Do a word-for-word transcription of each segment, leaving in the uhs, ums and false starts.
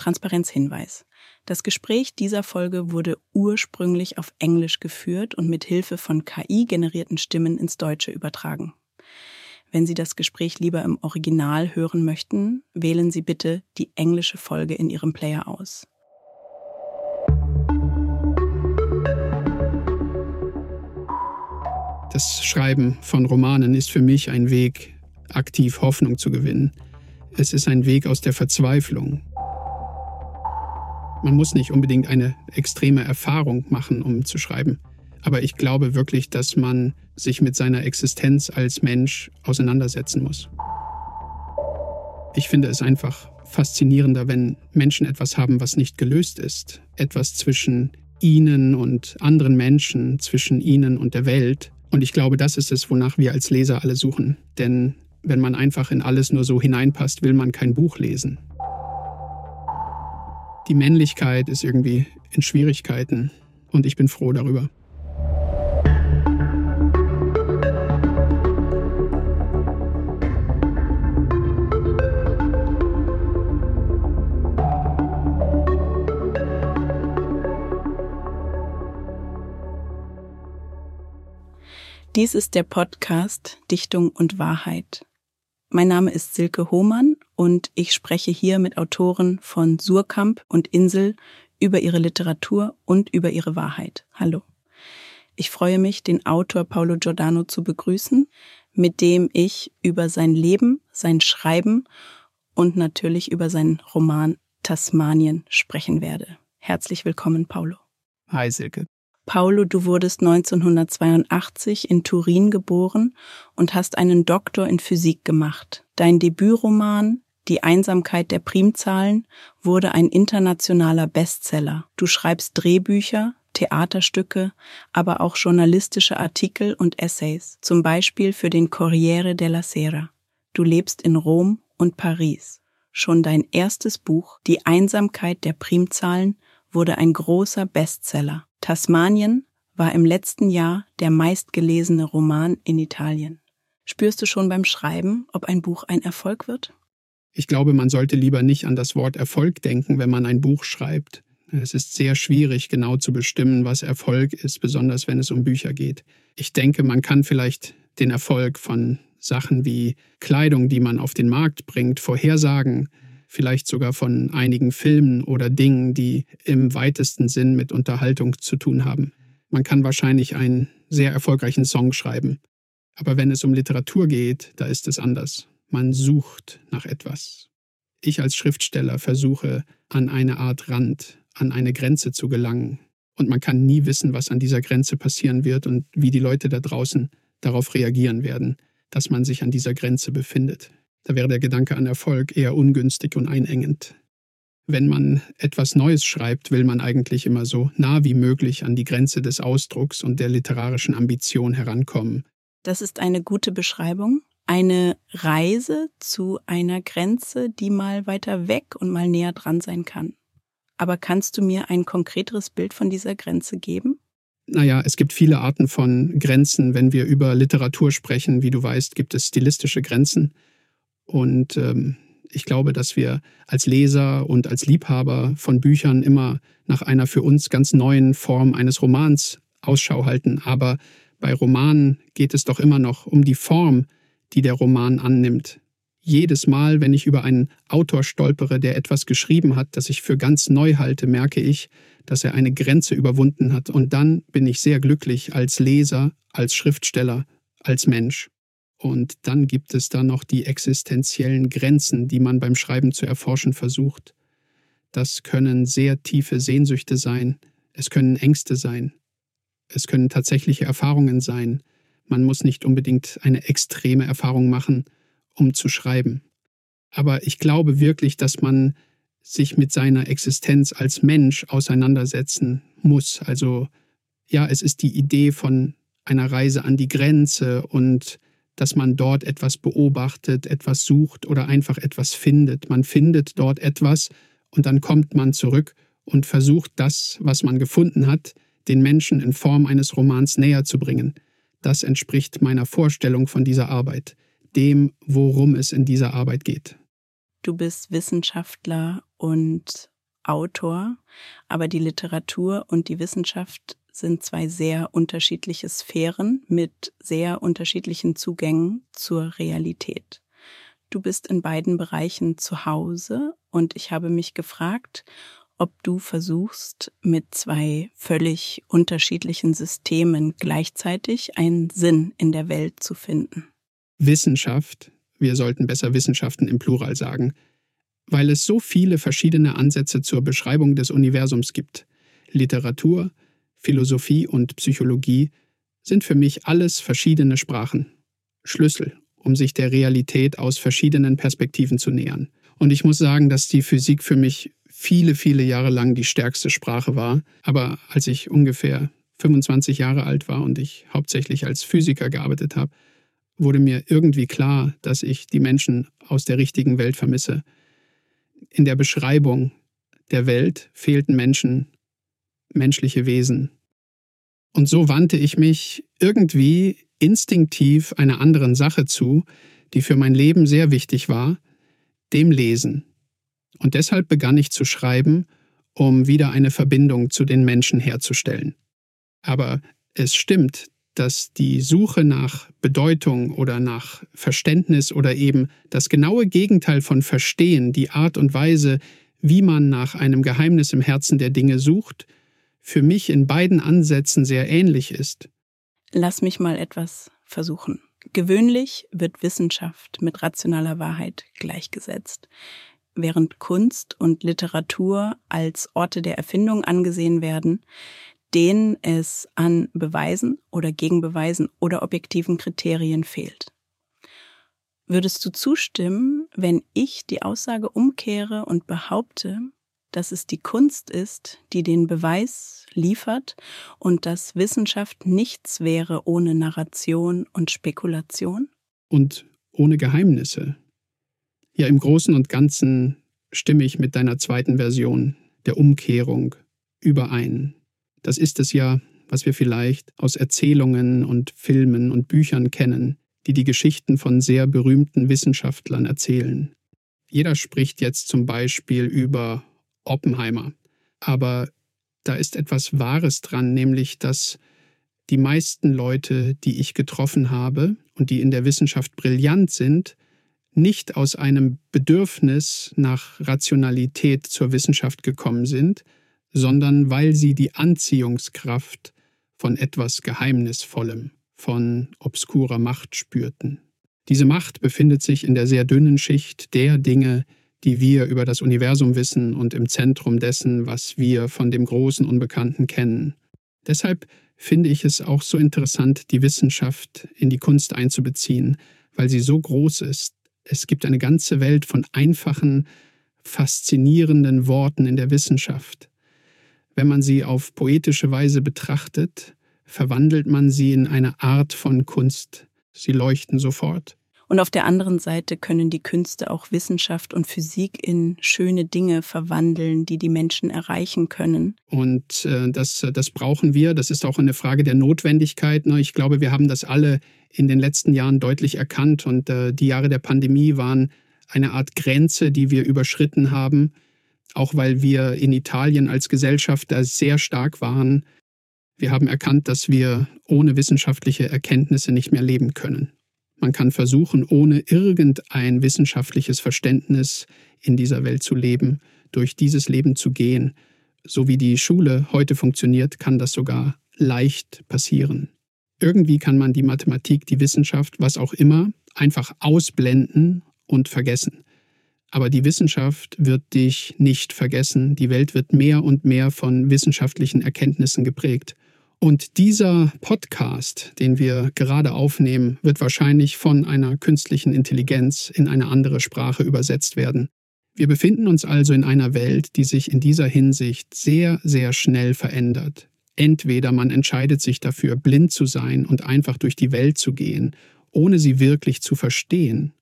Transparenzhinweis. Das Gespräch dieser Folge wurde ursprünglich auf Englisch geführt und mit Hilfe von K I-generierten Stimmen ins Deutsche übertragen. Wenn Sie das Gespräch lieber im Original hören möchten, wählen Sie bitte die englische Folge in Ihrem Player aus. Das Schreiben von Romanen ist für mich ein Weg, aktiv Hoffnung zu gewinnen. Es ist ein Weg aus der Verzweiflung. Man muss nicht unbedingt eine extreme Erfahrung machen, um zu schreiben. Aber ich glaube wirklich, dass man sich mit seiner Existenz als Mensch auseinandersetzen muss. Ich finde es einfach faszinierender, wenn Menschen etwas haben, was nicht gelöst ist. Etwas zwischen ihnen und anderen Menschen, zwischen ihnen und der Welt. Und ich glaube, das ist es, wonach wir als Leser alle suchen. Denn wenn man einfach in alles nur so hineinpasst, will man kein Buch lesen. Die Männlichkeit ist irgendwie in Schwierigkeiten und ich bin froh darüber. Dies ist der Podcast Dichtung und Wahrheit. Mein Name ist Silke Hohmann und ich spreche hier mit Autoren von Suhrkamp und Insel über ihre Literatur und über ihre Wahrheit. Hallo. Ich freue mich, den Autor Paulo Giordano zu begrüßen, mit dem ich über sein Leben, sein Schreiben und natürlich über seinen Roman Tasmanien sprechen werde. Herzlich willkommen, Paulo. Hi, Silke. Paulo, du wurdest neunzehnhundertzweiundachtzig in Turin geboren und hast einen Doktor in Physik gemacht. Dein Debütroman Die Einsamkeit der Primzahlen wurde ein internationaler Bestseller. Du schreibst Drehbücher, Theaterstücke, aber auch journalistische Artikel und Essays, zum Beispiel für den Corriere della Sera. Du lebst in Rom und Paris. Schon dein erstes Buch, Die Einsamkeit der Primzahlen, wurde ein großer Bestseller. Tasmanien war im letzten Jahr der meistgelesene Roman in Italien. Spürst du schon beim Schreiben, ob ein Buch ein Erfolg wird? Ich glaube, man sollte lieber nicht an das Wort Erfolg denken, wenn man ein Buch schreibt. Es ist sehr schwierig, genau zu bestimmen, was Erfolg ist, besonders wenn es um Bücher geht. Ich denke, man kann vielleicht den Erfolg von Sachen wie Kleidung, die man auf den Markt bringt, vorhersagen, vielleicht sogar von einigen Filmen oder Dingen, die im weitesten Sinn mit Unterhaltung zu tun haben. Man kann wahrscheinlich einen sehr erfolgreichen Song schreiben. Aber wenn es um Literatur geht, da ist es anders. Man sucht nach etwas. Ich als Schriftsteller versuche, an eine Art Rand, an eine Grenze zu gelangen. Und man kann nie wissen, was an dieser Grenze passieren wird und wie die Leute da draußen darauf reagieren werden, dass man sich an dieser Grenze befindet. Da wäre der Gedanke an Erfolg eher ungünstig und einengend. Wenn man etwas Neues schreibt, will man eigentlich immer so nah wie möglich an die Grenze des Ausdrucks und der literarischen Ambition herankommen. Das ist eine gute Beschreibung. Eine Reise zu einer Grenze, die mal weiter weg und mal näher dran sein kann. Aber kannst du mir ein konkreteres Bild von dieser Grenze geben? Naja, es gibt viele Arten von Grenzen. Wenn wir über Literatur sprechen, wie du weißt, gibt es stilistische Grenzen. Und ähm, ich glaube, dass wir als Leser und als Liebhaber von Büchern immer nach einer für uns ganz neuen Form eines Romans Ausschau halten. Aber bei Romanen geht es doch immer noch um die Form, die der Roman annimmt. Jedes Mal, wenn ich über einen Autor stolpere, der etwas geschrieben hat, das ich für ganz neu halte, merke ich, dass er eine Grenze überwunden hat. Und dann bin ich sehr glücklich als Leser, als Schriftsteller, als Mensch. Und dann gibt es da noch die existenziellen Grenzen, die man beim Schreiben zu erforschen versucht. Das können sehr tiefe Sehnsüchte sein, es können Ängste sein, es können tatsächliche Erfahrungen sein. Man muss nicht unbedingt eine extreme Erfahrung machen, um zu schreiben. Aber ich glaube wirklich, dass man sich mit seiner Existenz als Mensch auseinandersetzen muss. Also ja, es ist die Idee von einer Reise an die Grenze und dass man dort etwas beobachtet, etwas sucht oder einfach etwas findet. Man findet dort etwas und dann kommt man zurück und versucht das, was man gefunden hat, den Menschen in Form eines Romans näher zu bringen. Das entspricht meiner Vorstellung von dieser Arbeit, dem, worum es in dieser Arbeit geht. Du bist Wissenschaftler und Autor, aber die Literatur und die Wissenschaft sind zwei sehr unterschiedliche Sphären mit sehr unterschiedlichen Zugängen zur Realität. Du bist in beiden Bereichen zu Hause und ich habe mich gefragt, ob du versuchst, mit zwei völlig unterschiedlichen Systemen gleichzeitig einen Sinn in der Welt zu finden. Wissenschaft, wir sollten besser Wissenschaften im Plural sagen, weil es so viele verschiedene Ansätze zur Beschreibung des Universums gibt. Literatur, Philosophie und Psychologie sind für mich alles verschiedene Sprachen. Schlüssel, um sich der Realität aus verschiedenen Perspektiven zu nähern. Und ich muss sagen, dass die Physik für mich viele, viele Jahre lang die stärkste Sprache war. Aber als ich ungefähr fünfundzwanzig Jahre alt war und ich hauptsächlich als Physiker gearbeitet habe, wurde mir irgendwie klar, dass ich die Menschen aus der richtigen Welt vermisse. In der Beschreibung der Welt fehlten Menschen, menschliche Wesen. Und so wandte ich mich irgendwie instinktiv einer anderen Sache zu, die für mein Leben sehr wichtig war, dem Lesen. Und deshalb begann ich zu schreiben, um wieder eine Verbindung zu den Menschen herzustellen. Aber es stimmt, dass die Suche nach Bedeutung oder nach Verständnis oder eben das genaue Gegenteil von Verstehen, die Art und Weise, wie man nach einem Geheimnis im Herzen der Dinge sucht, für mich in beiden Ansätzen sehr ähnlich ist. Lass mich mal etwas versuchen. Gewöhnlich wird Wissenschaft mit rationaler Wahrheit gleichgesetzt, während Kunst und Literatur als Orte der Erfindung angesehen werden, denen es an Beweisen oder Gegenbeweisen oder objektiven Kriterien fehlt. Würdest du zustimmen, wenn ich die Aussage umkehre und behaupte, dass es die Kunst ist, die den Beweis liefert und dass Wissenschaft nichts wäre ohne Narration und Spekulation? Und ohne Geheimnisse. Ja, im Großen und Ganzen stimme ich mit deiner zweiten Version der Umkehrung überein. Das ist es ja, was wir vielleicht aus Erzählungen und Filmen und Büchern kennen, die die Geschichten von sehr berühmten Wissenschaftlern erzählen. Jeder spricht jetzt zum Beispiel über Oppenheimer. Aber da ist etwas Wahres dran, nämlich dass die meisten Leute, die ich getroffen habe und die in der Wissenschaft brillant sind, nicht aus einem Bedürfnis nach Rationalität zur Wissenschaft gekommen sind, sondern weil sie die Anziehungskraft von etwas Geheimnisvollem, von obskurer Macht spürten. Diese Macht befindet sich in der sehr dünnen Schicht der Dinge, die wir über das Universum wissen und im Zentrum dessen, was wir von dem großen Unbekannten kennen. Deshalb finde ich es auch so interessant, die Wissenschaft in die Kunst einzubeziehen, weil sie so groß ist. Es gibt eine ganze Welt von einfachen, faszinierenden Worten in der Wissenschaft. Wenn man sie auf poetische Weise betrachtet, verwandelt man sie in eine Art von Kunst. Sie leuchten sofort. Und auf der anderen Seite können die Künste auch Wissenschaft und Physik in schöne Dinge verwandeln, die die Menschen erreichen können. Und äh, das, das brauchen wir. Das ist auch eine Frage der Notwendigkeit. Ne? Ich glaube, wir haben das alle in den letzten Jahren deutlich erkannt. Und äh, die Jahre der Pandemie waren eine Art Grenze, die wir überschritten haben. Auch weil wir in Italien als Gesellschaft da sehr stark waren. Wir haben erkannt, dass wir ohne wissenschaftliche Erkenntnisse nicht mehr leben können. Man kann versuchen, ohne irgendein wissenschaftliches Verständnis in dieser Welt zu leben, durch dieses Leben zu gehen. So wie die Schule heute funktioniert, kann das sogar leicht passieren. Irgendwie kann man die Mathematik, die Wissenschaft, was auch immer, einfach ausblenden und vergessen. Aber die Wissenschaft wird dich nicht vergessen. Die Welt wird mehr und mehr von wissenschaftlichen Erkenntnissen geprägt. Und dieser Podcast, den wir gerade aufnehmen, wird wahrscheinlich von einer künstlichen Intelligenz in eine andere Sprache übersetzt werden. Wir befinden uns also in einer Welt, die sich in dieser Hinsicht sehr, sehr schnell verändert. Entweder man entscheidet sich dafür, blind zu sein und einfach durch die Welt zu gehen, ohne sie wirklich zu verstehen.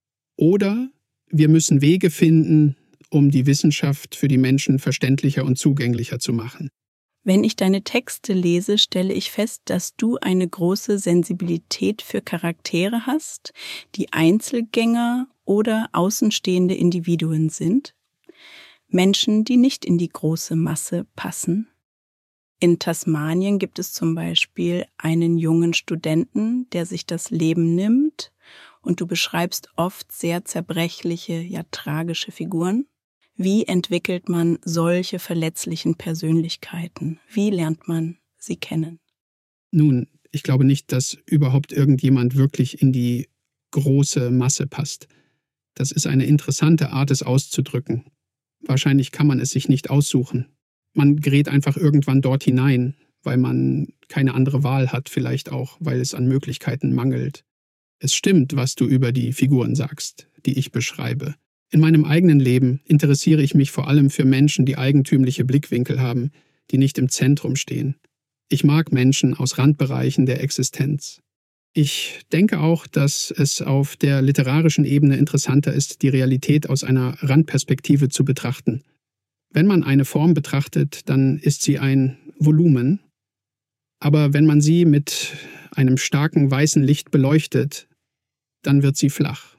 Oder wir müssen Wege finden, um die Wissenschaft für die Menschen verständlicher und zugänglicher zu machen. Wenn ich deine Texte lese, stelle ich fest, dass du eine große Sensibilität für Charaktere hast, die Einzelgänger oder außenstehende Individuen sind. Menschen, die nicht in die große Masse passen. In Tasmanien gibt es zum Beispiel einen jungen Studenten, der sich das Leben nimmt, und du beschreibst oft sehr zerbrechliche, ja tragische Figuren. Wie entwickelt man solche verletzlichen Persönlichkeiten? Wie lernt man sie kennen? Nun, ich glaube nicht, dass überhaupt irgendjemand wirklich in die große Masse passt. Das ist eine interessante Art, es auszudrücken. Wahrscheinlich kann man es sich nicht aussuchen. Man gerät einfach irgendwann dort hinein, weil man keine andere Wahl hat, vielleicht auch, weil es an Möglichkeiten mangelt. Es stimmt, was du über die Figuren sagst, die ich beschreibe. In meinem eigenen Leben interessiere ich mich vor allem für Menschen, die eigentümliche Blickwinkel haben, die nicht im Zentrum stehen. Ich mag Menschen aus Randbereichen der Existenz. Ich denke auch, dass es auf der literarischen Ebene interessanter ist, die Realität aus einer Randperspektive zu betrachten. Wenn man eine Form betrachtet, dann ist sie ein Volumen. Aber wenn man sie mit einem starken weißen Licht beleuchtet, dann wird sie flach.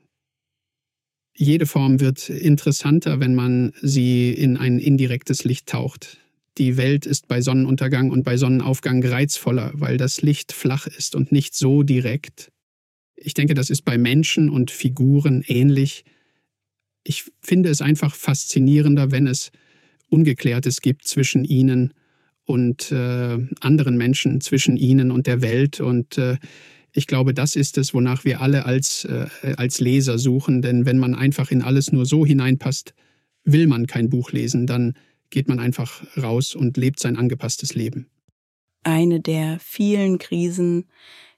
Jede Form wird interessanter, wenn man sie in ein indirektes Licht taucht. Die Welt ist bei Sonnenuntergang und bei Sonnenaufgang reizvoller, weil das Licht flach ist und nicht so direkt. Ich denke, das ist bei Menschen und Figuren ähnlich. Ich finde es einfach faszinierender, wenn es Ungeklärtes gibt zwischen ihnen und äh, anderen Menschen, zwischen ihnen und der Welt. Und äh, ich glaube, das ist es, wonach wir alle als, äh, als Leser suchen. Denn wenn man einfach in alles nur so hineinpasst, will man kein Buch lesen, dann geht man einfach raus und lebt sein angepasstes Leben. Eine der vielen Krisen,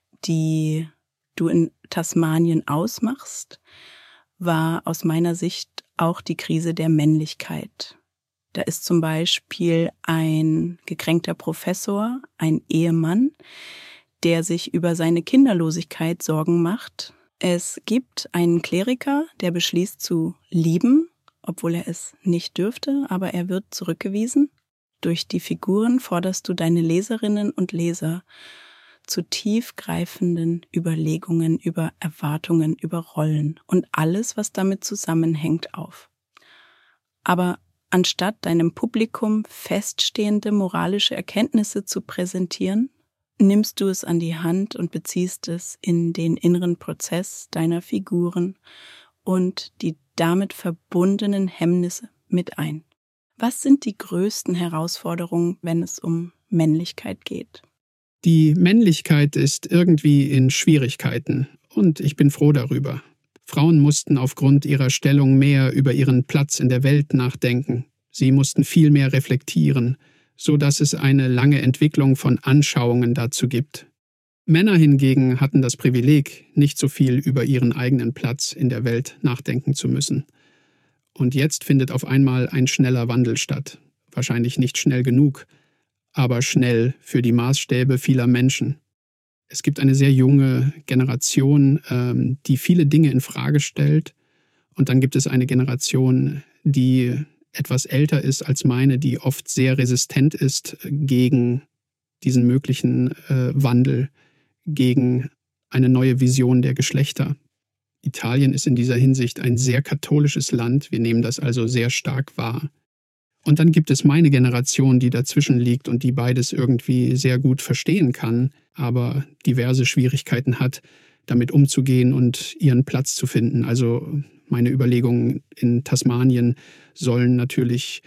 die du in Tasmanien ausmachst, war aus meiner Sicht auch die Krise der Männlichkeit. Da ist zum Beispiel ein gekränkter Professor, ein Ehemann, der sich über seine Kinderlosigkeit Sorgen macht. Es gibt einen Kleriker, der beschließt zu lieben, obwohl er es nicht dürfte, aber er wird zurückgewiesen. Durch die Figuren forderst du deine Leserinnen und Leser zu tiefgreifenden Überlegungen über Erwartungen, über Rollen und alles, was damit zusammenhängt, auf. Aber anstatt deinem Publikum feststehende moralische Erkenntnisse zu präsentieren, nimmst du es an die Hand und beziehst es in den inneren Prozess deiner Figuren und die damit verbundenen Hemmnisse mit ein. Was sind die größten Herausforderungen, wenn es um Männlichkeit geht? Die Männlichkeit ist irgendwie in Schwierigkeiten und ich bin froh darüber. Frauen mussten aufgrund ihrer Stellung mehr über ihren Platz in der Welt nachdenken. Sie mussten viel mehr reflektieren, so dass es eine lange Entwicklung von Anschauungen dazu gibt. Männer hingegen hatten das Privileg, nicht so viel über ihren eigenen Platz in der Welt nachdenken zu müssen. Und jetzt findet auf einmal ein schneller Wandel statt. Wahrscheinlich nicht schnell genug, aber schnell für die Maßstäbe vieler Menschen. Es gibt eine sehr junge Generation, ähm, die viele Dinge in Frage stellt. Und dann gibt es eine Generation, die etwas älter ist als meine, die oft sehr resistent ist gegen diesen möglichen äh, Wandel, gegen eine neue Vision der Geschlechter. Italien ist in dieser Hinsicht ein sehr katholisches Land. Wir nehmen das also sehr stark wahr. Und dann gibt es meine Generation, die dazwischen liegt und die beides irgendwie sehr gut verstehen kann, aber diverse Schwierigkeiten hat, damit umzugehen und ihren Platz zu finden. Also meine Überlegungen in Tasmanien sollen natürlich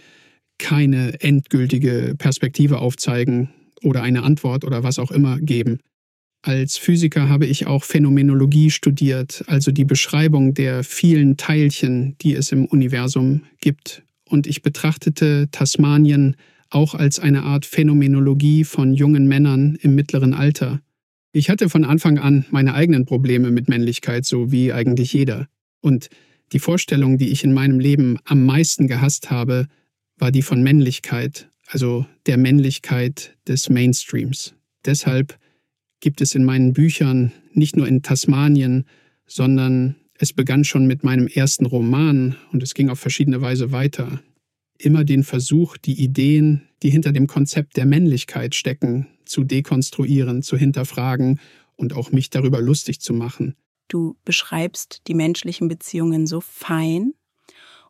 keine endgültige Perspektive aufzeigen oder eine Antwort oder was auch immer geben. Als Physiker habe ich auch Phänomenologie studiert, also die Beschreibung der vielen Teilchen, die es im Universum gibt. Und ich betrachtete Tasmanien auch als eine Art Phänomenologie von jungen Männern im mittleren Alter. Ich hatte von Anfang an meine eigenen Probleme mit Männlichkeit, so wie eigentlich jeder. Und die Vorstellung, die ich in meinem Leben am meisten gehasst habe, war die von Männlichkeit, also der Männlichkeit des Mainstreams. Deshalb gibt es in meinen Büchern, nicht nur in Tasmanien, sondern es begann schon mit meinem ersten Roman und es ging auf verschiedene Weise weiter, immer den Versuch, die Ideen, die hinter dem Konzept der Männlichkeit stecken, zu dekonstruieren, zu hinterfragen und auch mich darüber lustig zu machen. Du beschreibst die menschlichen Beziehungen so fein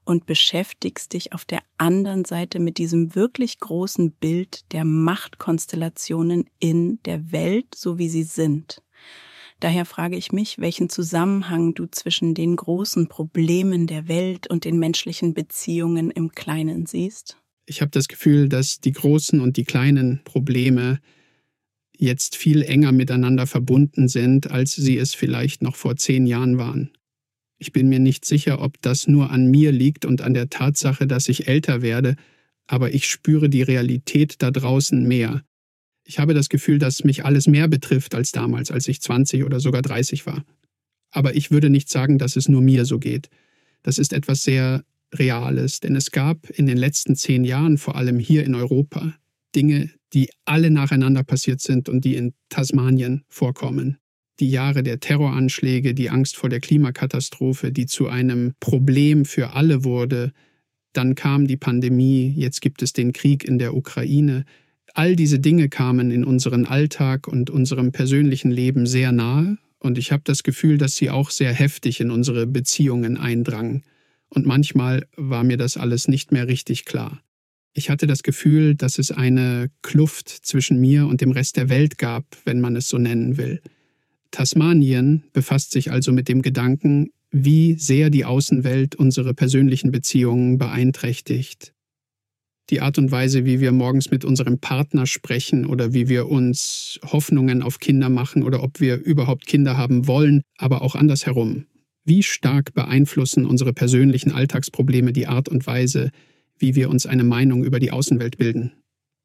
und beschäftigst dich auf der anderen Seite mit diesem wirklich großen Bild der Machtkonstellationen in der Welt, so wie sie sind. Daher frage ich mich, welchen Zusammenhang du zwischen den großen Problemen der Welt und den menschlichen Beziehungen im Kleinen siehst. Ich habe das Gefühl, dass die großen und die kleinen Probleme jetzt viel enger miteinander verbunden sind, als sie es vielleicht noch vor zehn Jahren waren. Ich bin mir nicht sicher, ob das nur an mir liegt und an der Tatsache, dass ich älter werde, aber ich spüre die Realität da draußen mehr. Ich habe das Gefühl, dass mich alles mehr betrifft als damals, als ich zwanzig oder sogar dreißig war. Aber ich würde nicht sagen, dass es nur mir so geht. Das ist etwas sehr Reales, denn es gab in den letzten zehn Jahren, vor allem hier in Europa, Dinge, die alle nacheinander passiert sind und die in Tasmanien vorkommen. Die Jahre der Terroranschläge, die Angst vor der Klimakatastrophe, die zu einem Problem für alle wurde. Dann kam die Pandemie, jetzt gibt es den Krieg in der Ukraine. All diese Dinge kamen in unseren Alltag und unserem persönlichen Leben sehr nahe. Und ich habe das Gefühl, dass sie auch sehr heftig in unsere Beziehungen eindrangen. Und manchmal war mir das alles nicht mehr richtig klar. Ich hatte das Gefühl, dass es eine Kluft zwischen mir und dem Rest der Welt gab, wenn man es so nennen will. Tasmanien befasst sich also mit dem Gedanken, wie sehr die Außenwelt unsere persönlichen Beziehungen beeinträchtigt. Die Art und Weise, wie wir morgens mit unserem Partner sprechen oder wie wir uns Hoffnungen auf Kinder machen oder ob wir überhaupt Kinder haben wollen, aber auch andersherum. Wie stark beeinflussen unsere persönlichen Alltagsprobleme die Art und Weise, wie wir uns eine Meinung über die Außenwelt bilden?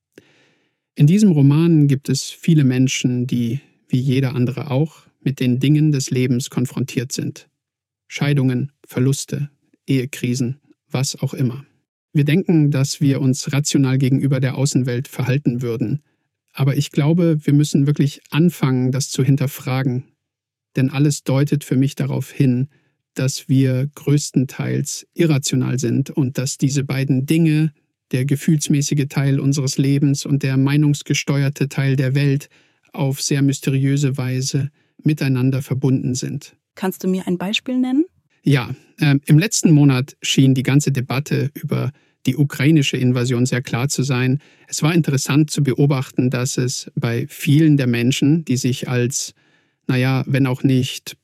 In diesem Roman gibt es viele Menschen, die wie jeder andere auch, mit den Dingen des Lebens konfrontiert sind. Scheidungen, Verluste, Ehekrisen, was auch immer. Wir denken, dass wir uns rational gegenüber der Außenwelt verhalten würden. Aber ich glaube, wir müssen wirklich anfangen, das zu hinterfragen. Denn alles deutet für mich darauf hin, dass wir größtenteils irrational sind und dass diese beiden Dinge, der gefühlsmäßige Teil unseres Lebens und der meinungsgesteuerte Teil der Welt, auf sehr mysteriöse Weise miteinander verbunden sind. Kannst du mir ein Beispiel nennen? Ja, äh, im letzten Monat schien die ganze Debatte über die ukrainische Invasion sehr klar zu sein. Es war interessant zu beobachten, dass es bei vielen der Menschen, die sich als, naja, wenn auch nicht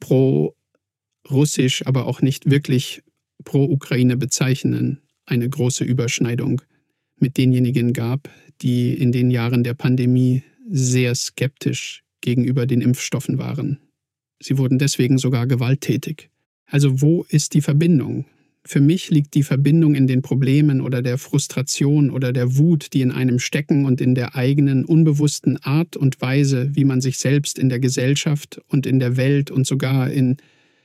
pro-russisch, aber auch nicht wirklich pro-Ukraine bezeichnen, eine große Überschneidung mit denjenigen gab, die in den Jahren der Pandemie sehr skeptisch gegenüber den Impfstoffen waren. Sie wurden deswegen sogar gewalttätig. Also wo ist die Verbindung? Für mich liegt die Verbindung in den Problemen oder der Frustration oder der Wut, die in einem stecken und in der eigenen unbewussten Art und Weise, wie man sich selbst in der Gesellschaft und in der Welt und sogar in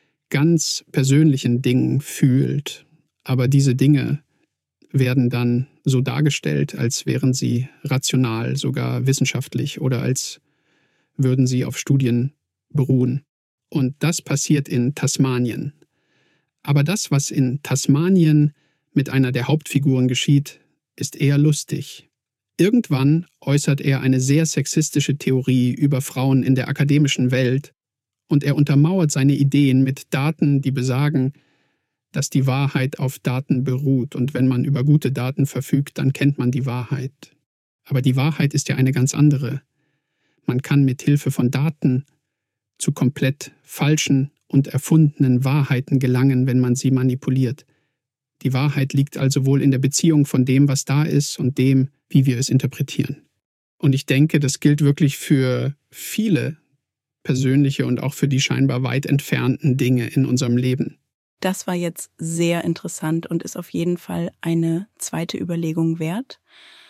ganz persönlichen Dingen fühlt. Aber diese Dinge werden dann so dargestellt, als wären sie rational, sogar wissenschaftlich oder als würden sie auf Studien beruhen. Und das passiert in Tasmanien. Aber das, was in Tasmanien mit einer der Hauptfiguren geschieht, ist eher lustig. Irgendwann äußert er eine sehr sexistische Theorie über Frauen in der akademischen Welt und er untermauert seine Ideen mit Daten, die besagen, dass die Wahrheit auf Daten beruht und wenn man über gute Daten verfügt, dann kennt man die Wahrheit. Aber die Wahrheit ist ja eine ganz andere. Man kann mit Hilfe von Daten zu komplett falschen und erfundenen Wahrheiten gelangen, wenn man sie manipuliert. Die Wahrheit liegt also wohl in der Beziehung von dem, was da ist und dem, wie wir es interpretieren. Und ich denke, das gilt wirklich für viele persönliche und auch für die scheinbar weit entfernten Dinge in unserem Leben. Das war jetzt sehr interessant und ist auf jeden Fall eine zweite Überlegung wert.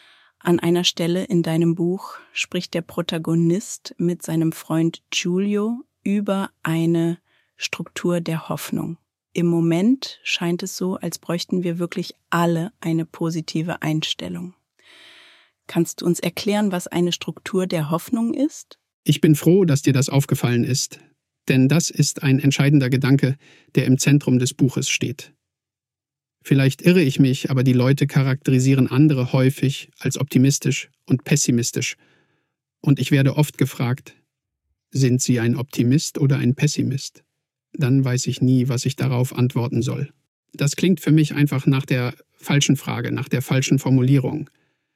An einer Stelle in deinem Buch spricht der Protagonist mit seinem Freund Giulio über eine Struktur der Hoffnung. Im Moment scheint es so, als bräuchten wir wirklich alle eine positive Einstellung. Kannst du uns erklären, was eine Struktur der Hoffnung ist? Ich bin froh, dass dir das aufgefallen ist. Denn das ist ein entscheidender Gedanke, der im Zentrum des Buches steht. Vielleicht irre ich mich, aber die Leute charakterisieren andere häufig als optimistisch und pessimistisch. Und ich werde oft gefragt, sind Sie ein Optimist oder ein Pessimist? Dann weiß ich nie, was ich darauf antworten soll. Das klingt für mich einfach nach der falschen Frage, nach der falschen Formulierung.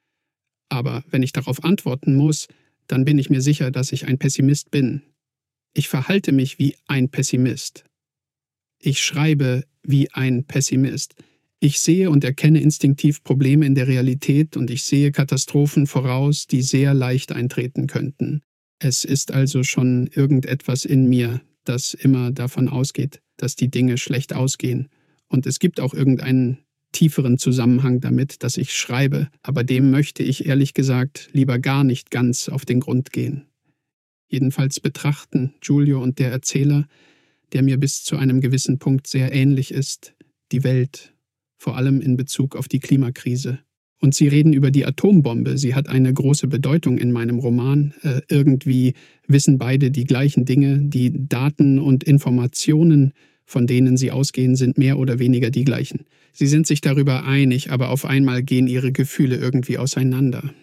Aber wenn ich darauf antworten muss, dann bin ich mir sicher, dass ich ein Pessimist bin. Ich verhalte mich wie ein Pessimist. Ich schreibe wie ein Pessimist. Ich sehe und erkenne instinktiv Probleme in der Realität und ich sehe Katastrophen voraus, die sehr leicht eintreten könnten. Es ist also schon irgendetwas in mir, das immer davon ausgeht, dass die Dinge schlecht ausgehen. Und es gibt auch irgendeinen tieferen Zusammenhang damit, dass ich schreibe, aber dem möchte ich ehrlich gesagt lieber gar nicht ganz auf den Grund gehen. Jedenfalls betrachten Giulio und der Erzähler, der mir bis zu einem gewissen Punkt sehr ähnlich ist, die Welt, vor allem in Bezug auf die Klimakrise. Und sie reden über die Atombombe. Sie hat eine große Bedeutung in meinem Roman. Äh, irgendwie wissen beide die gleichen Dinge. Die Daten und Informationen, von denen sie ausgehen, sind mehr oder weniger die gleichen. Sie sind sich darüber einig, aber auf einmal gehen ihre Gefühle irgendwie auseinander.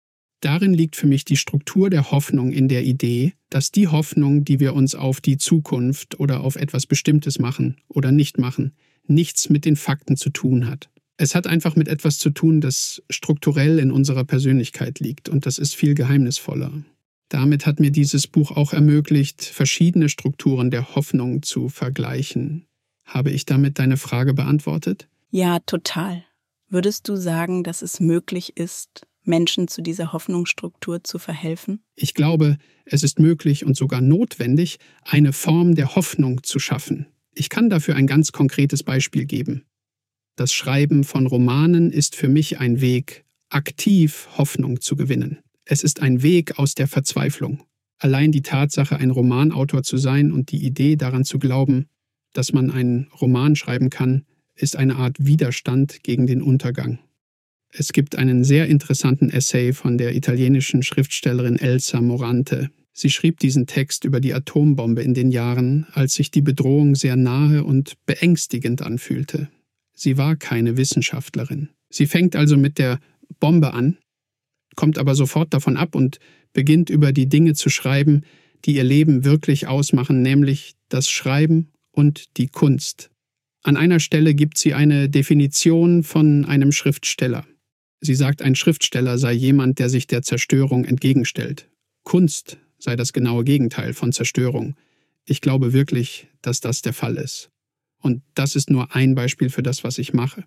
Darin liegt für mich die Struktur der Hoffnung in der Idee, dass die Hoffnung, die wir uns auf die Zukunft oder auf etwas Bestimmtes machen oder nicht machen, nichts mit den Fakten zu tun hat. Es hat einfach mit etwas zu tun, das strukturell in unserer Persönlichkeit liegt und das ist viel geheimnisvoller. Damit hat mir dieses Buch auch ermöglicht, verschiedene Strukturen der Hoffnung zu vergleichen. Habe ich damit deine Frage beantwortet? Ja, total. Würdest du sagen, dass es möglich ist, Menschen zu dieser Hoffnungsstruktur zu verhelfen? Ich glaube, es ist möglich und sogar notwendig, eine Form der Hoffnung zu schaffen. Ich kann dafür ein ganz konkretes Beispiel geben. Das Schreiben von Romanen ist für mich ein Weg, aktiv Hoffnung zu gewinnen. Es ist ein Weg aus der Verzweiflung. Allein die Tatsache, ein Romanautor zu sein und die Idee daran zu glauben, dass man einen Roman schreiben kann, ist eine Art Widerstand gegen den Untergang. Es gibt einen sehr interessanten Essay von der italienischen Schriftstellerin Elsa Morante. Sie schrieb diesen Text über die Atombombe in den Jahren, als sich die Bedrohung sehr nahe und beängstigend anfühlte. Sie war keine Wissenschaftlerin. Sie fängt also mit der Bombe an, kommt aber sofort davon ab und beginnt über die Dinge zu schreiben, die ihr Leben wirklich ausmachen, nämlich das Schreiben und die Kunst. An einer Stelle gibt sie eine Definition von einem Schriftsteller. Sie sagt, ein Schriftsteller sei jemand, der sich der Zerstörung entgegenstellt. Kunst sei das genaue Gegenteil von Zerstörung. Ich glaube wirklich, dass das der Fall ist. Und das ist nur ein Beispiel für das, was ich mache.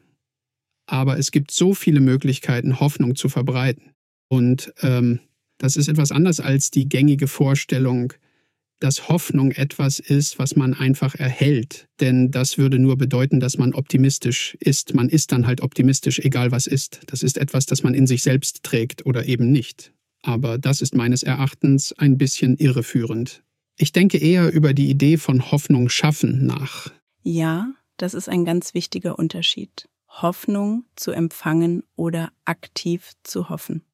Aber es gibt so viele Möglichkeiten, Hoffnung zu verbreiten. Und ähm, das ist etwas anders als die gängige Vorstellung, dass Hoffnung etwas ist, was man einfach erhält. Denn das würde nur bedeuten, dass man optimistisch ist. Man ist dann halt optimistisch, egal was ist. Das ist etwas, das man in sich selbst trägt oder eben nicht. Aber das ist meines Erachtens ein bisschen irreführend. Ich denke eher über die Idee von Hoffnung schaffen nach. Ja, das ist ein ganz wichtiger Unterschied. Hoffnung zu empfangen oder aktiv zu hoffen.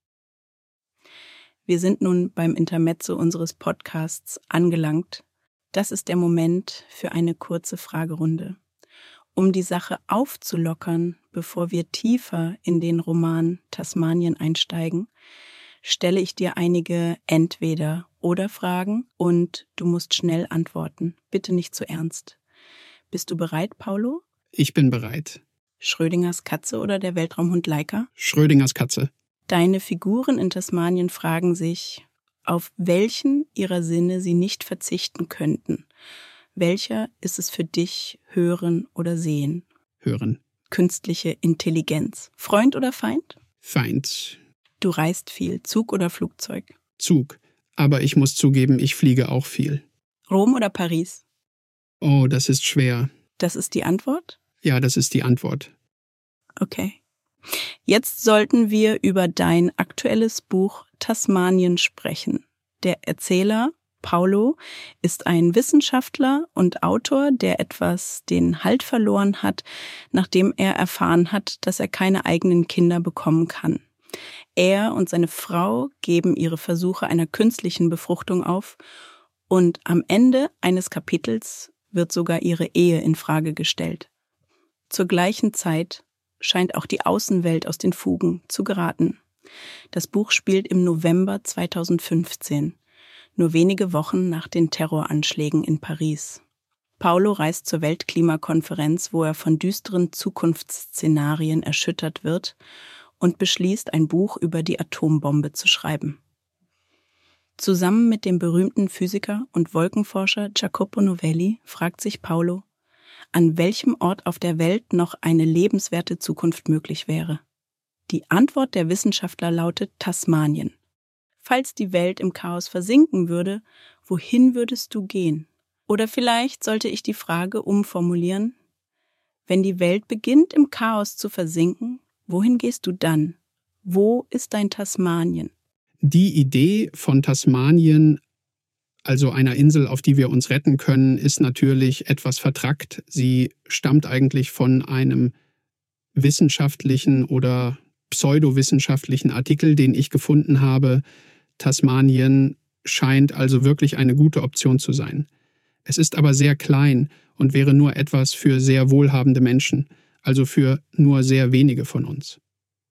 Wir sind nun beim Intermezzo unseres Podcasts angelangt. Das ist der Moment für eine kurze Fragerunde. Um die Sache aufzulockern, bevor wir tiefer in den Roman Tasmanien einsteigen, stelle ich dir einige Entweder-oder-Fragen und du musst schnell antworten. Bitte nicht zu ernst. Bist du bereit, Paulo? Ich bin bereit. Schrödingers Katze oder der Weltraumhund Laika? Schrödingers Katze. Deine Figuren in Tasmanien fragen sich, auf welchen ihrer Sinne sie nicht verzichten könnten. Welcher ist es für dich, hören oder sehen? Hören. Künstliche Intelligenz. Freund oder Feind? Feind. Du reist viel. Zug oder Flugzeug? Zug. Aber ich muss zugeben, ich fliege auch viel. Rom oder Paris? Oh, das ist schwer. Das ist die Antwort? Ja, das ist die Antwort. Okay. Jetzt sollten wir über dein aktuelles Buch Tasmanien sprechen. Der Erzähler, Paulo, ist ein Wissenschaftler und Autor, der etwas den Halt verloren hat, nachdem er erfahren hat, dass er keine eigenen Kinder bekommen kann. Er und seine Frau geben ihre Versuche einer künstlichen Befruchtung auf und am Ende eines Kapitels wird sogar ihre Ehe in Frage gestellt. Zur gleichen Zeit scheint auch die Außenwelt aus den Fugen zu geraten. Das Buch spielt im November zweitausendfünfzehn, nur wenige Wochen nach den Terroranschlägen in Paris. Paulo reist zur Weltklimakonferenz, wo er von düsteren Zukunftsszenarien erschüttert wird und beschließt, ein Buch über die Atombombe zu schreiben. Zusammen mit dem berühmten Physiker und Wolkenforscher Jacopo Novelli fragt sich Paulo, an welchem Ort auf der Welt noch eine lebenswerte Zukunft möglich wäre. Die Antwort der Wissenschaftler lautet Tasmanien. Falls die Welt im Chaos versinken würde, wohin würdest du gehen? Oder vielleicht sollte ich die Frage umformulieren, wenn die Welt beginnt im Chaos zu versinken, wohin gehst du dann? Wo ist dein Tasmanien? Die Idee von Tasmanien, also einer Insel, auf die wir uns retten können, ist natürlich etwas vertrackt. Sie stammt eigentlich von einem wissenschaftlichen oder pseudowissenschaftlichen Artikel, den ich gefunden habe. Tasmanien scheint also wirklich eine gute Option zu sein. Es ist aber sehr klein und wäre nur etwas für sehr wohlhabende Menschen, also für nur sehr wenige von uns.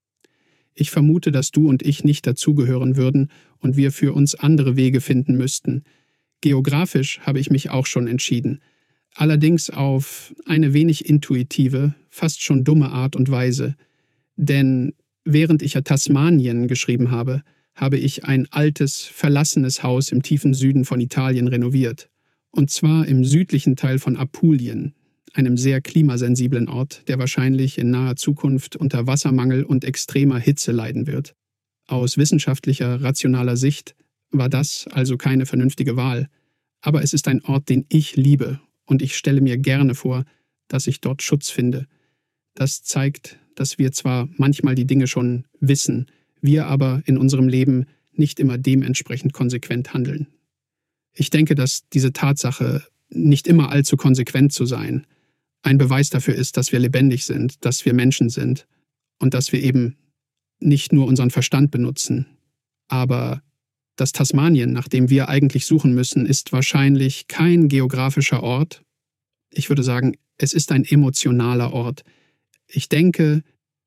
Ich vermute, dass du und ich nicht dazugehören würden und wir für uns andere Wege finden müssten. Geografisch habe ich mich auch schon entschieden, allerdings auf eine wenig intuitive, fast schon dumme Art und Weise. Denn während ich ja Tasmanien geschrieben habe, habe ich ein altes, verlassenes Haus im tiefen Süden von Italien renoviert. Und zwar im südlichen Teil von Apulien, einem sehr klimasensiblen Ort, der wahrscheinlich in naher Zukunft unter Wassermangel und extremer Hitze leiden wird. Aus wissenschaftlicher, rationaler Sicht war das also keine vernünftige Wahl. Aber es ist ein Ort, den ich liebe, und ich stelle mir gerne vor, dass ich dort Schutz finde. Das zeigt, dass wir zwar manchmal die Dinge schon wissen, wir aber in unserem Leben nicht immer dementsprechend konsequent handeln. Ich denke, dass diese Tatsache, nicht immer allzu konsequent zu sein, ein Beweis dafür ist, dass wir lebendig sind, dass wir Menschen sind und dass wir eben nicht nur unseren Verstand benutzen. Aber das Tasmanien, nach dem wir eigentlich suchen müssen, ist wahrscheinlich kein geografischer Ort. Ich würde sagen, es ist ein emotionaler Ort. Ich denke,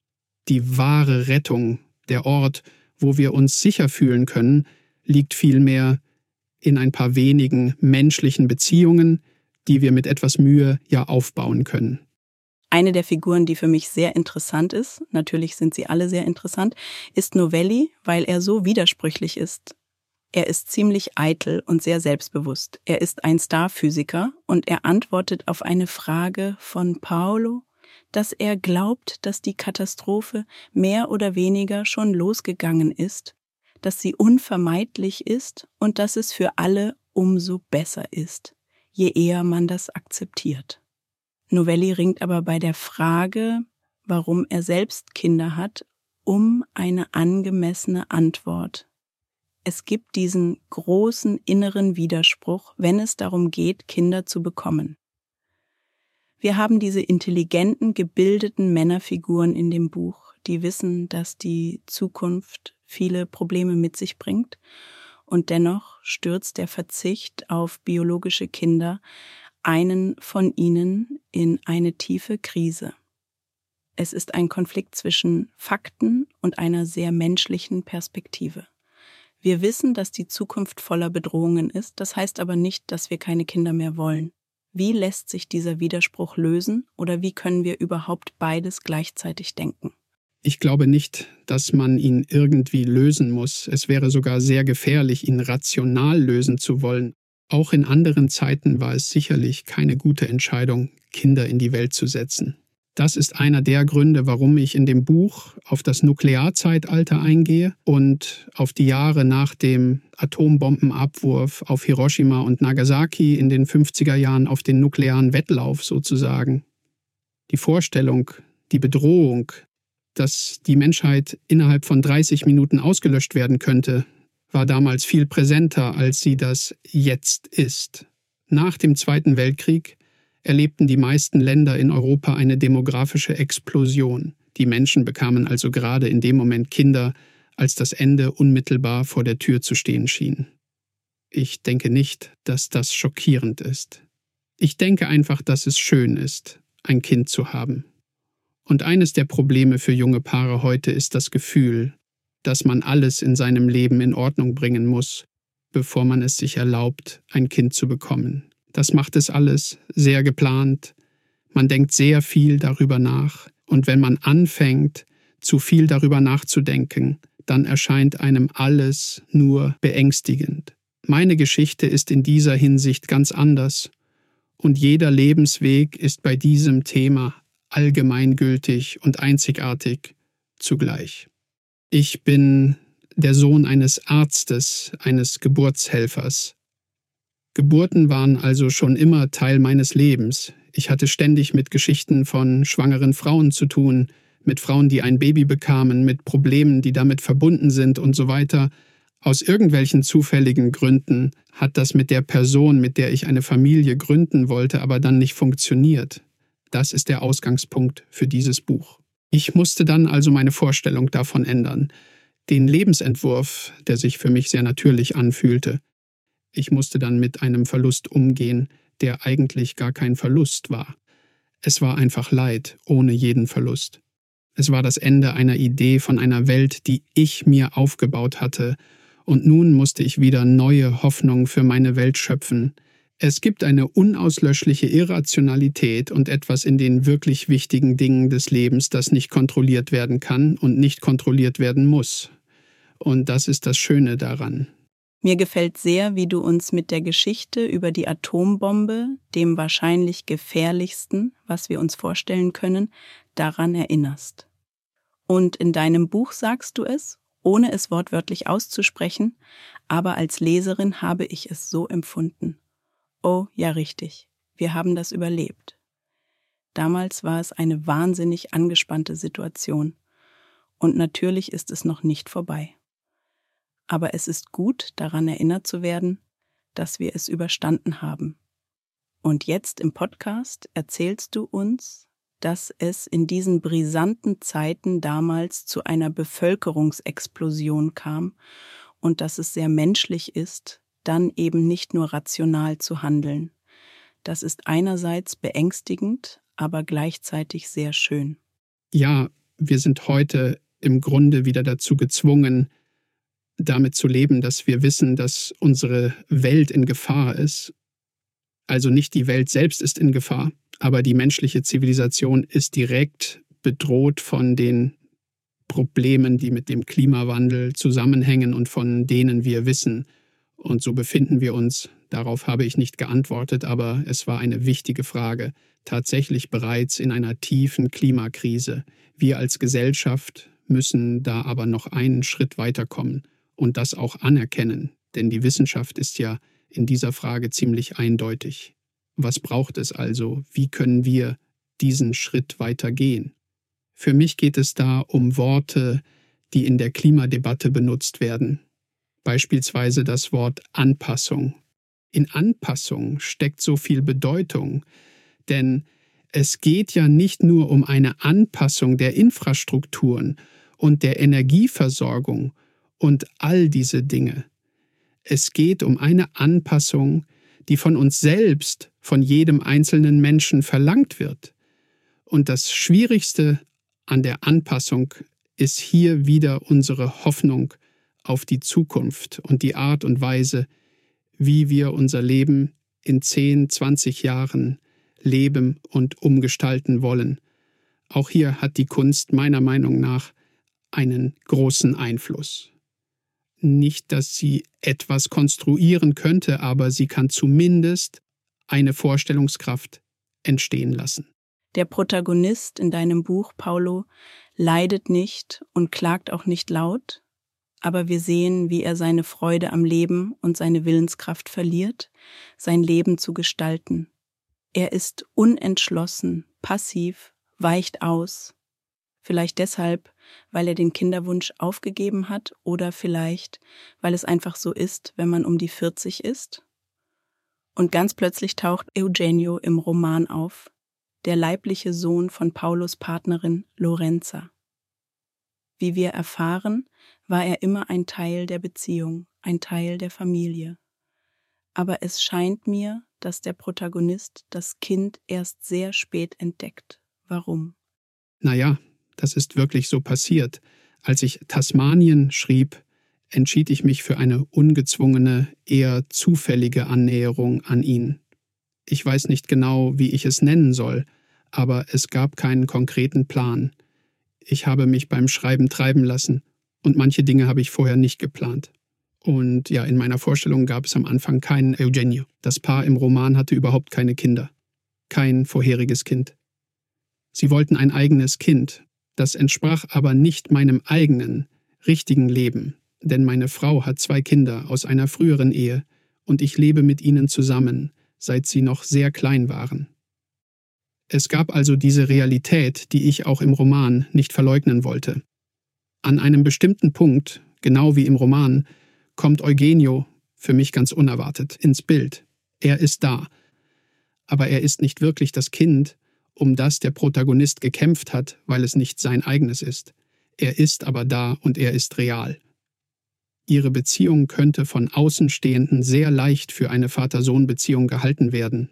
die wahre Rettung, der Ort, wo wir uns sicher fühlen können, liegt vielmehr in ein paar wenigen menschlichen Beziehungen, die wir mit etwas Mühe ja aufbauen können. Eine der Figuren, die für mich sehr interessant ist, natürlich sind sie alle sehr interessant, ist Novelli, weil er so widersprüchlich ist. Er ist ziemlich eitel und sehr selbstbewusst. Er ist ein Starphysiker und er antwortet auf eine Frage von Paulo, dass er glaubt, dass die Katastrophe mehr oder weniger schon losgegangen ist, dass sie unvermeidlich ist und dass es für alle umso besser ist, je eher man das akzeptiert. Novelli ringt aber bei der Frage, warum er selbst Kinder hat, um eine angemessene Antwort. Es gibt diesen großen inneren Widerspruch, wenn es darum geht, Kinder zu bekommen. Wir haben diese intelligenten, gebildeten Männerfiguren in dem Buch, die wissen, dass die Zukunft viele Probleme mit sich bringt, und dennoch stürzt der Verzicht auf biologische Kinder einen von ihnen in eine tiefe Krise. Es ist ein Konflikt zwischen Fakten und einer sehr menschlichen Perspektive. Wir wissen, dass die Zukunft voller Bedrohungen ist, das heißt aber nicht, dass wir keine Kinder mehr wollen. Wie lässt sich dieser Widerspruch lösen oder wie können wir überhaupt beides gleichzeitig denken? Ich glaube nicht, dass man ihn irgendwie lösen muss. Es wäre sogar sehr gefährlich, ihn rational lösen zu wollen. Auch in anderen Zeiten war es sicherlich keine gute Entscheidung, Kinder in die Welt zu setzen. Das ist einer der Gründe, warum ich in dem Buch auf das Nuklearzeitalter eingehe und auf die Jahre nach dem Atombombenabwurf auf Hiroshima und Nagasaki in den fünfziger Jahren, auf den nuklearen Wettlauf sozusagen. Die Vorstellung, die Bedrohung, dass die Menschheit innerhalb von dreißig Minuten ausgelöscht werden könnte, war damals viel präsenter, als sie das jetzt ist. Nach dem Zweiten Weltkrieg erlebten die meisten Länder in Europa eine demografische Explosion. Die Menschen bekamen also gerade in dem Moment Kinder, als das Ende unmittelbar vor der Tür zu stehen schien. Ich denke nicht, dass das schockierend ist. Ich denke einfach, dass es schön ist, ein Kind zu haben. Und eines der Probleme für junge Paare heute ist das Gefühl, dass man alles in seinem Leben in Ordnung bringen muss, bevor man es sich erlaubt, ein Kind zu bekommen. Das macht es alles sehr geplant. Man denkt sehr viel darüber nach. Und wenn man anfängt, zu viel darüber nachzudenken, dann erscheint einem alles nur beängstigend. Meine Geschichte ist in dieser Hinsicht ganz anders. Und jeder Lebensweg ist bei diesem Thema allgemeingültig und einzigartig zugleich. Ich bin der Sohn eines Arztes, eines Geburtshelfers. Geburten waren also schon immer Teil meines Lebens. Ich hatte ständig mit Geschichten von schwangeren Frauen zu tun, mit Frauen, die ein Baby bekamen, mit Problemen, die damit verbunden sind und so weiter. Aus irgendwelchen zufälligen Gründen hat das mit der Person, mit der ich eine Familie gründen wollte, aber dann nicht funktioniert. Das ist der Ausgangspunkt für dieses Buch. Ich musste dann also meine Vorstellung davon ändern. Den Lebensentwurf, der sich für mich sehr natürlich anfühlte. Ich musste dann mit einem Verlust umgehen, der eigentlich gar kein Verlust war. Es war einfach Leid ohne jeden Verlust. Es war das Ende einer Idee von einer Welt, die ich mir aufgebaut hatte, und nun musste ich wieder neue Hoffnung für meine Welt schöpfen. Es gibt eine unauslöschliche Irrationalität und etwas in den wirklich wichtigen Dingen des Lebens, das nicht kontrolliert werden kann und nicht kontrolliert werden muss. Und das ist das Schöne daran. Mir gefällt sehr, wie du uns mit der Geschichte über die Atombombe, dem wahrscheinlich gefährlichsten, was wir uns vorstellen können, daran erinnerst. Und in deinem Buch sagst du es, ohne es wortwörtlich auszusprechen, aber als Leserin habe ich es so empfunden. Oh, ja richtig, wir haben das überlebt. Damals war es eine wahnsinnig angespannte Situation. Und natürlich ist es noch nicht vorbei. Aber es ist gut, daran erinnert zu werden, dass wir es überstanden haben. Und jetzt im Podcast erzählst du uns, dass es in diesen brisanten Zeiten damals zu einer Bevölkerungsexplosion kam und dass es sehr menschlich ist, dann eben nicht nur rational zu handeln. Das ist einerseits beängstigend, aber gleichzeitig sehr schön. Ja, wir sind heute im Grunde wieder dazu gezwungen, damit zu leben, dass wir wissen, dass unsere Welt in Gefahr ist. Also nicht die Welt selbst ist in Gefahr, aber die menschliche Zivilisation ist direkt bedroht von den Problemen, die mit dem Klimawandel zusammenhängen und von denen wir wissen. Und so befinden wir uns, darauf habe ich nicht geantwortet, aber es war eine wichtige Frage, tatsächlich bereits in einer tiefen Klimakrise. Wir als Gesellschaft müssen da aber noch einen Schritt weiterkommen und das auch anerkennen, denn die Wissenschaft ist ja in dieser Frage ziemlich eindeutig. Was braucht es also? Wie können wir diesen Schritt weitergehen? Für mich geht es da um Worte, die in der Klimadebatte benutzt werden. Beispielsweise das Wort Anpassung. In Anpassung steckt so viel Bedeutung, denn es geht ja nicht nur um eine Anpassung der Infrastrukturen und der Energieversorgung und all diese Dinge. Es geht um eine Anpassung, die von uns selbst, von jedem einzelnen Menschen verlangt wird. Und das Schwierigste an der Anpassung ist hier wieder unsere Hoffnung auf die Zukunft und die Art und Weise, wie wir unser Leben in zehn, zwanzig Jahren leben und umgestalten wollen. Auch hier hat die Kunst meiner Meinung nach einen großen Einfluss. Nicht, dass sie etwas konstruieren könnte, aber sie kann zumindest eine Vorstellungskraft entstehen lassen. Der Protagonist in deinem Buch, Paulo, leidet nicht und klagt auch nicht laut, aber wir sehen, wie er seine Freude am Leben und seine Willenskraft verliert, sein Leben zu gestalten. Er ist unentschlossen, passiv, weicht aus. Vielleicht deshalb, weil er den Kinderwunsch aufgegeben hat oder vielleicht, weil es einfach so ist, wenn man um die vierzig ist. Und ganz plötzlich taucht Eugenio im Roman auf, der leibliche Sohn von Paulos Partnerin Lorenza. Wie wir erfahren, war er immer ein Teil der Beziehung, ein Teil der Familie. Aber es scheint mir, dass der Protagonist das Kind erst sehr spät entdeckt. Warum? Naja, das ist wirklich so passiert. Als ich Tasmanien schrieb, entschied ich mich für eine ungezwungene, eher zufällige Annäherung an ihn. Ich weiß nicht genau, wie ich es nennen soll, aber es gab keinen konkreten Plan. Ich habe mich beim Schreiben treiben lassen und manche Dinge habe ich vorher nicht geplant. Und ja, in meiner Vorstellung gab es am Anfang keinen Eugenio. Das Paar im Roman hatte überhaupt keine Kinder. Kein vorheriges Kind. Sie wollten ein eigenes Kind. Das entsprach aber nicht meinem eigenen, richtigen Leben. Denn meine Frau hat zwei Kinder aus einer früheren Ehe und ich lebe mit ihnen zusammen, seit sie noch sehr klein waren. Es gab also diese Realität, die ich auch im Roman nicht verleugnen wollte. An einem bestimmten Punkt, genau wie im Roman, kommt Eugenio, für mich ganz unerwartet, ins Bild. Er ist da. Aber er ist nicht wirklich das Kind, um das der Protagonist gekämpft hat, weil es nicht sein eigenes ist. Er ist aber da und er ist real. Ihre Beziehung könnte von Außenstehenden sehr leicht für eine Vater-Sohn-Beziehung gehalten werden.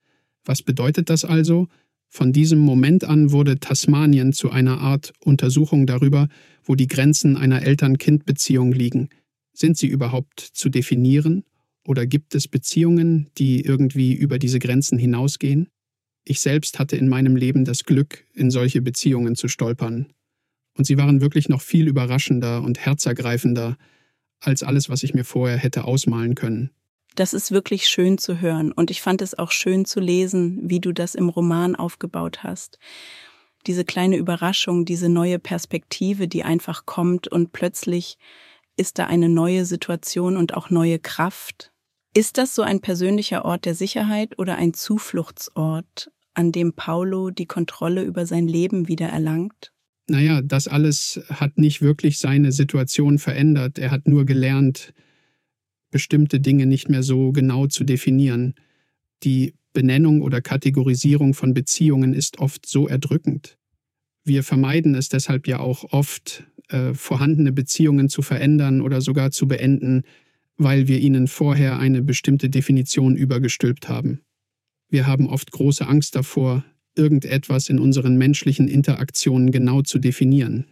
Was bedeutet das also? Von diesem Moment an wurde Tasmanien zu einer Art Untersuchung darüber, wo die Grenzen einer Eltern-Kind-Beziehung liegen. Sind sie überhaupt zu definieren? Oder gibt es Beziehungen, die irgendwie über diese Grenzen hinausgehen? Ich selbst hatte in meinem Leben das Glück, in solche Beziehungen zu stolpern. Und sie waren wirklich noch viel überraschender und herzergreifender als alles, was ich mir vorher hätte ausmalen können. Das ist wirklich schön zu hören und ich fand es auch schön zu lesen, wie du das im Roman aufgebaut hast. Diese kleine Überraschung, diese neue Perspektive, die einfach kommt und plötzlich ist da eine neue Situation und auch neue Kraft. Ist das so ein persönlicher Ort der Sicherheit oder ein Zufluchtsort, an dem Paulo die Kontrolle über sein Leben wieder erlangt? Naja, das alles hat nicht wirklich seine Situation verändert. Er hat nur gelernt, bestimmte Dinge nicht mehr so genau zu definieren. Die Benennung oder Kategorisierung von Beziehungen ist oft so erdrückend. Wir vermeiden es deshalb ja auch oft, äh, vorhandene Beziehungen zu verändern oder sogar zu beenden, weil wir ihnen vorher eine bestimmte Definition übergestülpt haben. Wir haben oft große Angst davor, irgendetwas in unseren menschlichen Interaktionen genau zu definieren.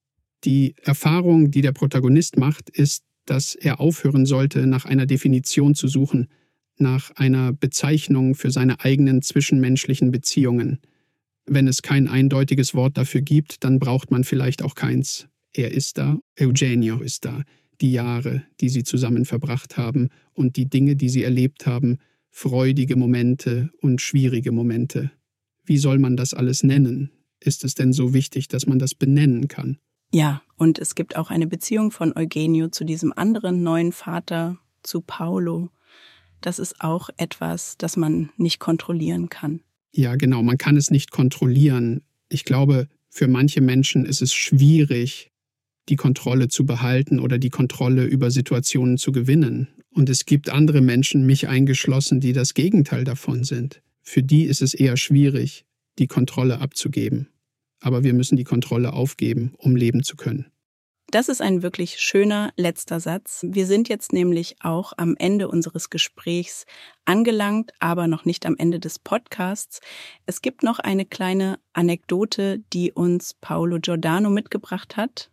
Die Erfahrung, die der Protagonist macht, ist, dass er aufhören sollte, nach einer Definition zu suchen, nach einer Bezeichnung für seine eigenen zwischenmenschlichen Beziehungen. Wenn es kein eindeutiges Wort dafür gibt, dann braucht man vielleicht auch keins. Er ist da, Eugenio ist da, die Jahre, die sie zusammen verbracht haben und die Dinge, die sie erlebt haben, freudige Momente und schwierige Momente. Wie soll man das alles nennen? Ist es denn so wichtig, dass man das benennen kann? Ja, und es gibt auch eine Beziehung von Eugenio zu diesem anderen neuen Vater, zu Paulo. Das ist auch etwas, das man nicht kontrollieren kann. Ja, genau, man kann es nicht kontrollieren. Ich glaube, für manche Menschen ist es schwierig, die Kontrolle zu behalten oder die Kontrolle über Situationen zu gewinnen. Und es gibt andere Menschen, mich eingeschlossen, die das Gegenteil davon sind. Für die ist es eher schwierig, die Kontrolle abzugeben. Aber wir müssen die Kontrolle aufgeben, um leben zu können. Das ist ein wirklich schöner letzter Satz. Wir sind jetzt nämlich auch am Ende unseres Gesprächs angelangt, aber noch nicht am Ende des Podcasts. Es gibt noch eine kleine Anekdote, die uns Paolo Giordano mitgebracht hat.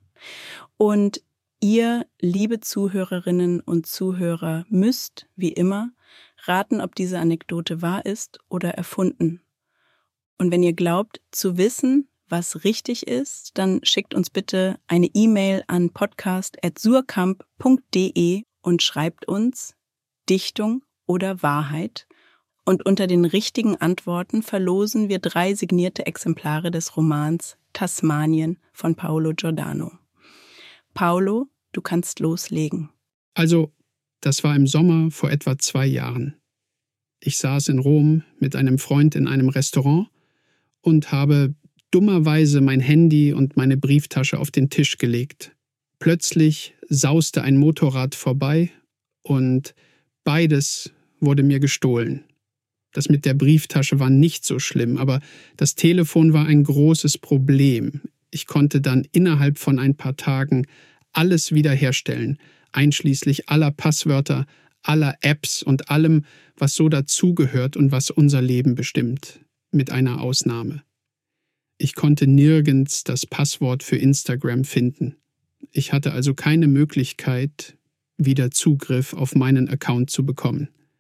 Und ihr, liebe Zuhörerinnen und Zuhörer, müsst, wie immer, raten, ob diese Anekdote wahr ist oder erfunden. Und wenn ihr glaubt zu wissen, was richtig ist, dann schickt uns bitte eine E-Mail an podcast at surkamp punkt de und schreibt uns Dichtung oder Wahrheit. Und unter den richtigen Antworten verlosen wir drei signierte Exemplare des Romans Tasmanien von Paolo Giordano. Paolo, du kannst loslegen. Also, das war im Sommer vor etwa zwei Jahren. Ich saß in Rom mit einem Freund in einem Restaurant und habe dummerweise mein Handy und meine Brieftasche auf den Tisch gelegt. Plötzlich sauste ein Motorrad vorbei und beides wurde mir gestohlen. Das mit der Brieftasche war nicht so schlimm, aber das Telefon war ein großes Problem. Ich konnte dann innerhalb von ein paar Tagen alles wiederherstellen, einschließlich aller Passwörter, aller Apps und allem, was so dazugehört und was unser Leben bestimmt, mit einer Ausnahme. Ich konnte nirgends das Passwort für Instagram finden. Ich hatte also keine Möglichkeit, wieder Zugriff auf meinen Account zu bekommen.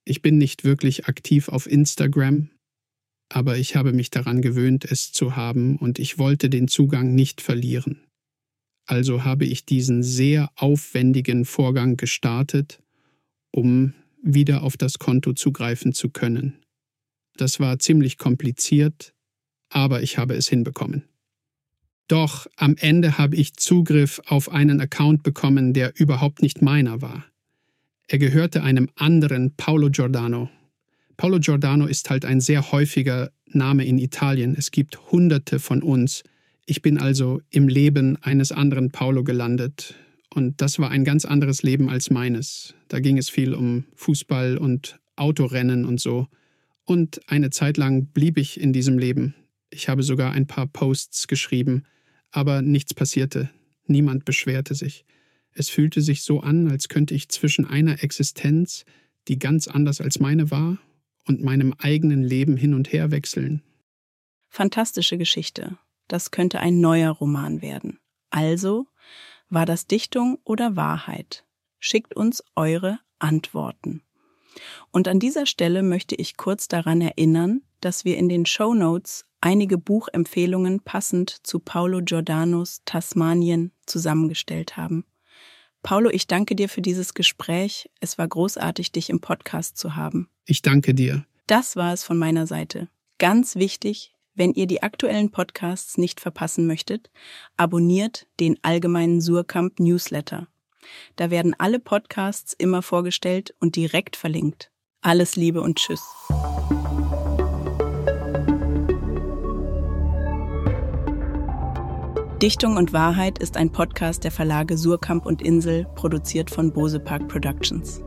Ich bin nicht wirklich aktiv auf Instagram, aber ich habe mich daran gewöhnt, es zu haben, und ich wollte den Zugang nicht verlieren. Also habe ich diesen sehr aufwendigen Vorgang gestartet, um wieder auf das Konto zugreifen zu können. Das war ziemlich kompliziert, aber ich habe es hinbekommen. Doch am Ende habe ich Zugriff auf einen Account bekommen, der überhaupt nicht meiner war. Er gehörte einem anderen Paolo Giordano. Paolo Giordano ist halt ein sehr häufiger Name in Italien. Es gibt Hunderte von uns. Ich bin also im Leben eines anderen Paolo gelandet. Und das war ein ganz anderes Leben als meines. Da ging es viel um Fußball und Autorennen und so. Und eine Zeit lang blieb ich in diesem Leben. Ich habe sogar ein paar Posts geschrieben, aber nichts passierte. Niemand beschwerte sich. Es fühlte sich so an, als könnte ich zwischen einer Existenz, die ganz anders als meine war, und meinem eigenen Leben hin und her wechseln. Fantastische Geschichte. Das könnte ein neuer Roman werden. Also, war das Dichtung oder Wahrheit? Schickt uns eure Antworten. Und an dieser Stelle möchte ich kurz daran erinnern, dass wir in den Shownotes einige Buchempfehlungen passend zu Paolo Giordanos Tasmanien zusammengestellt haben. Paolo, ich danke dir für dieses Gespräch. Es war großartig, dich im Podcast zu haben. Ich danke dir. Das war es von meiner Seite. Ganz wichtig, wenn ihr die aktuellen Podcasts nicht verpassen möchtet, abonniert den Allgemeinen Suhrkamp Newsletter. Da werden alle Podcasts immer vorgestellt und direkt verlinkt. Alles Liebe und Tschüss. Dichtung und Wahrheit ist ein Podcast der Verlage Suhrkamp und Insel, produziert von Bose Park Productions.